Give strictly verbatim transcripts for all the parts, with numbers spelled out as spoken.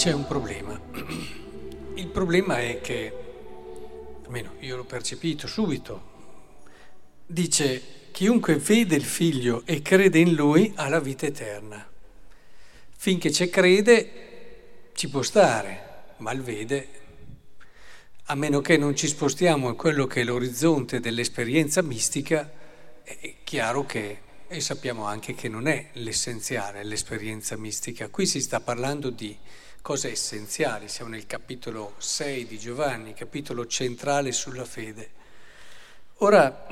C'è un problema. Il problema è che, almeno io l'ho percepito subito, dice: chiunque vede il Figlio e crede in Lui ha la vita eterna. Finché c'è crede ci può stare, ma il vede, a meno che non ci spostiamo in quello che è l'orizzonte dell'esperienza mistica, è chiaro che, e sappiamo anche che non è l'essenziale l'esperienza mistica. Qui si sta parlando di cose essenziali, siamo nel capitolo sei di Giovanni, capitolo centrale sulla fede. Ora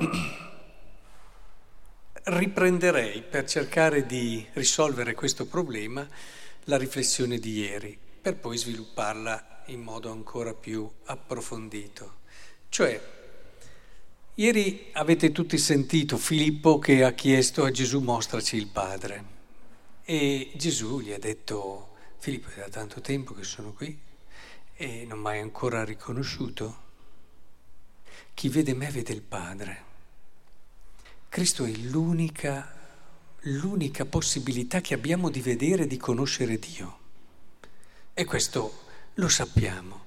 riprenderei, per cercare di risolvere questo problema, la riflessione di ieri, per poi svilupparla in modo ancora più approfondito. Cioè, ieri avete tutti sentito Filippo che ha chiesto a Gesù: mostraci il Padre. E Gesù gli ha detto: Filippo, è da tanto tempo che sono qui e non mi hai ancora riconosciuto? Chi vede me vede il Padre. Cristo è l'unica, l'unica possibilità che abbiamo di vedere e di conoscere Dio. E questo lo sappiamo.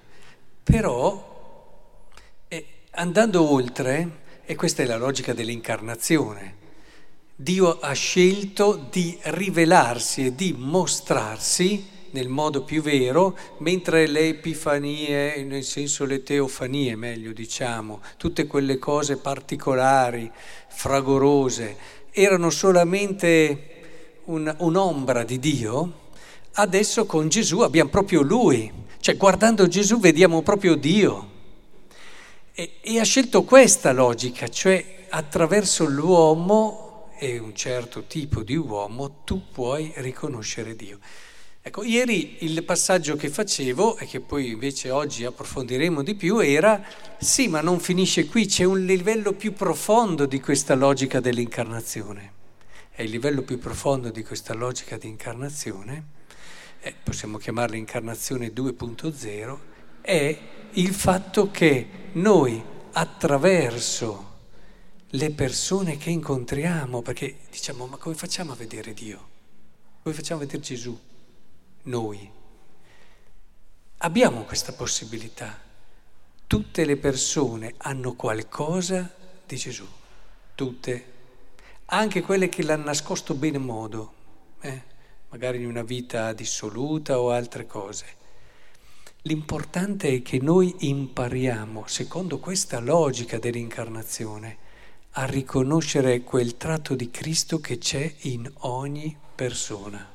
Però, eh, andando oltre, e questa è la logica dell'incarnazione, Dio ha scelto di rivelarsi e di mostrarsi nel modo più vero, mentre le epifanie, nel senso le teofanie meglio diciamo, tutte quelle cose particolari, fragorose, erano solamente un, un'ombra di Dio. Adesso con Gesù abbiamo proprio Lui, cioè guardando Gesù vediamo proprio Dio. E, e ha scelto questa logica, cioè attraverso l'uomo e un certo tipo di uomo tu puoi riconoscere Dio. Ecco, ieri il passaggio che facevo, e che poi invece oggi approfondiremo di più, era: sì, ma non finisce qui, c'è un livello più profondo di questa logica dell'incarnazione. E il livello più profondo di questa logica di incarnazione, eh, possiamo chiamarla incarnazione due punto zero, è il fatto che noi attraverso le persone che incontriamo, perché diciamo: ma come facciamo a vedere Dio? Come facciamo a vedere Gesù? Noi abbiamo questa possibilità. Tutte le persone hanno qualcosa di Gesù, tutte, anche quelle che l'hanno nascosto bene modo, eh? magari in una vita dissoluta o altre cose. L'importante è che noi impariamo, secondo questa logica dell'incarnazione, a riconoscere quel tratto di Cristo che c'è in ogni persona.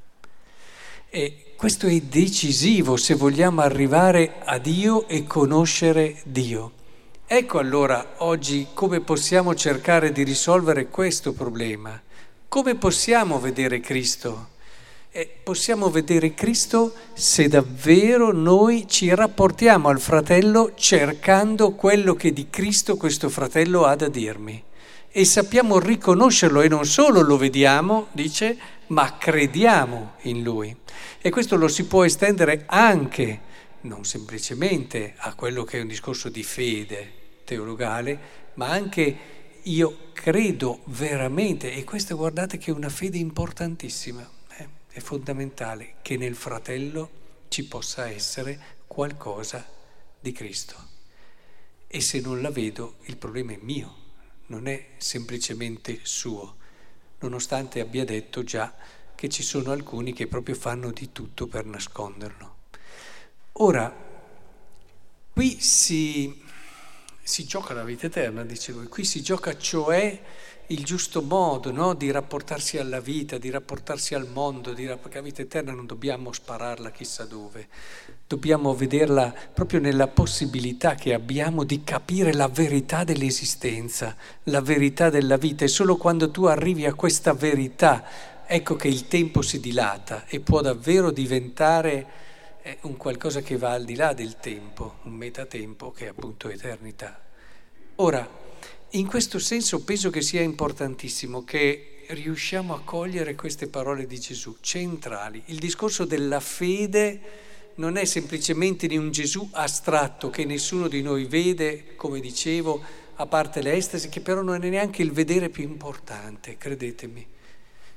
E questo è decisivo se vogliamo arrivare a Dio e conoscere Dio. Ecco allora oggi come possiamo cercare di risolvere questo problema. Come possiamo vedere Cristo? E possiamo vedere Cristo se davvero noi ci rapportiamo al fratello cercando quello che di Cristo questo fratello ha da dirmi. E sappiamo riconoscerlo e non solo lo vediamo, dice, ma crediamo in Lui. E questo lo si può estendere anche, non semplicemente a quello che è un discorso di fede teologale, ma anche io credo veramente, e questa guardate che è una fede importantissima, eh, è fondamentale, che nel fratello ci possa essere qualcosa di Cristo. E se non la vedo, il problema è mio, non è semplicemente suo, nonostante abbia detto già che ci sono alcuni che proprio fanno di tutto per nasconderlo. Ora, qui si, si gioca la vita eterna, dice lui, qui si gioca cioè il giusto modo, no? Di rapportarsi alla vita, di rapportarsi al mondo, di rapp- perché la vita eterna non dobbiamo spararla chissà dove, dobbiamo vederla proprio nella possibilità che abbiamo di capire la verità dell'esistenza, la verità della vita. E solo quando tu arrivi a questa verità, ecco che il tempo si dilata e può davvero diventare eh, un qualcosa che va al di là del tempo, un metatempo che è appunto eternità. Ora, in questo senso penso che sia importantissimo che riusciamo a cogliere queste parole di Gesù, centrali. Il discorso della fede non è semplicemente di un Gesù astratto che nessuno di noi vede, come dicevo, a parte l'estasi, che però non è neanche il vedere più importante, credetemi.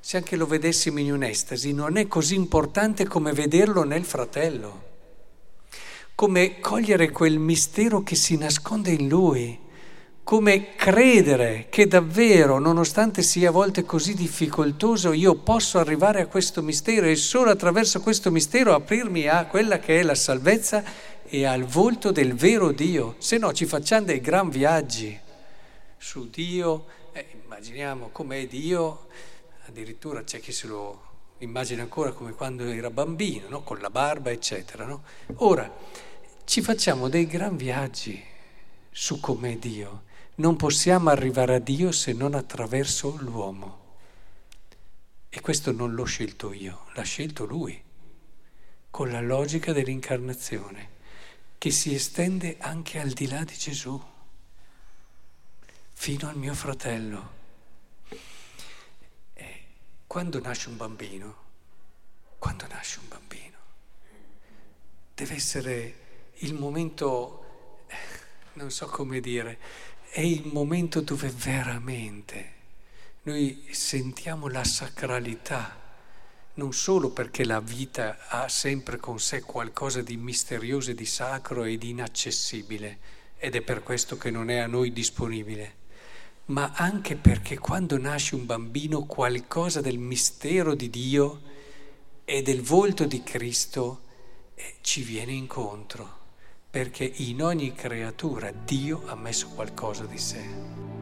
se anche lo vedessimo in un'estasi, non è così importante come vederlo nel fratello, come cogliere quel mistero che si nasconde in lui, come credere che davvero, nonostante sia a volte così difficoltoso, io posso arrivare a questo mistero e solo attraverso questo mistero aprirmi a quella che è la salvezza e al volto del vero Dio. Se no ci facciamo dei gran viaggi su Dio, eh, immaginiamo com'è Dio. Addirittura c'è chi se lo immagina ancora come quando era bambino, no? Con la barba, eccetera. No? Ora, ci facciamo dei gran viaggi su com'è Dio. Non possiamo arrivare a Dio se non attraverso l'uomo. E questo non l'ho scelto io, l'ha scelto Lui, con la logica dell'incarnazione, che si estende anche al di là di Gesù, fino al mio fratello. Quando nasce un bambino, quando nasce un bambino, deve essere il momento, non so come dire, è il momento dove veramente noi sentiamo la sacralità, non solo perché la vita ha sempre con sé qualcosa di misterioso e di sacro e di inaccessibile, ed è per questo che non è a noi disponibile, ma anche perché quando nasce un bambino qualcosa del mistero di Dio e del volto di Cristo eh, ci viene incontro, perché in ogni creatura Dio ha messo qualcosa di sé.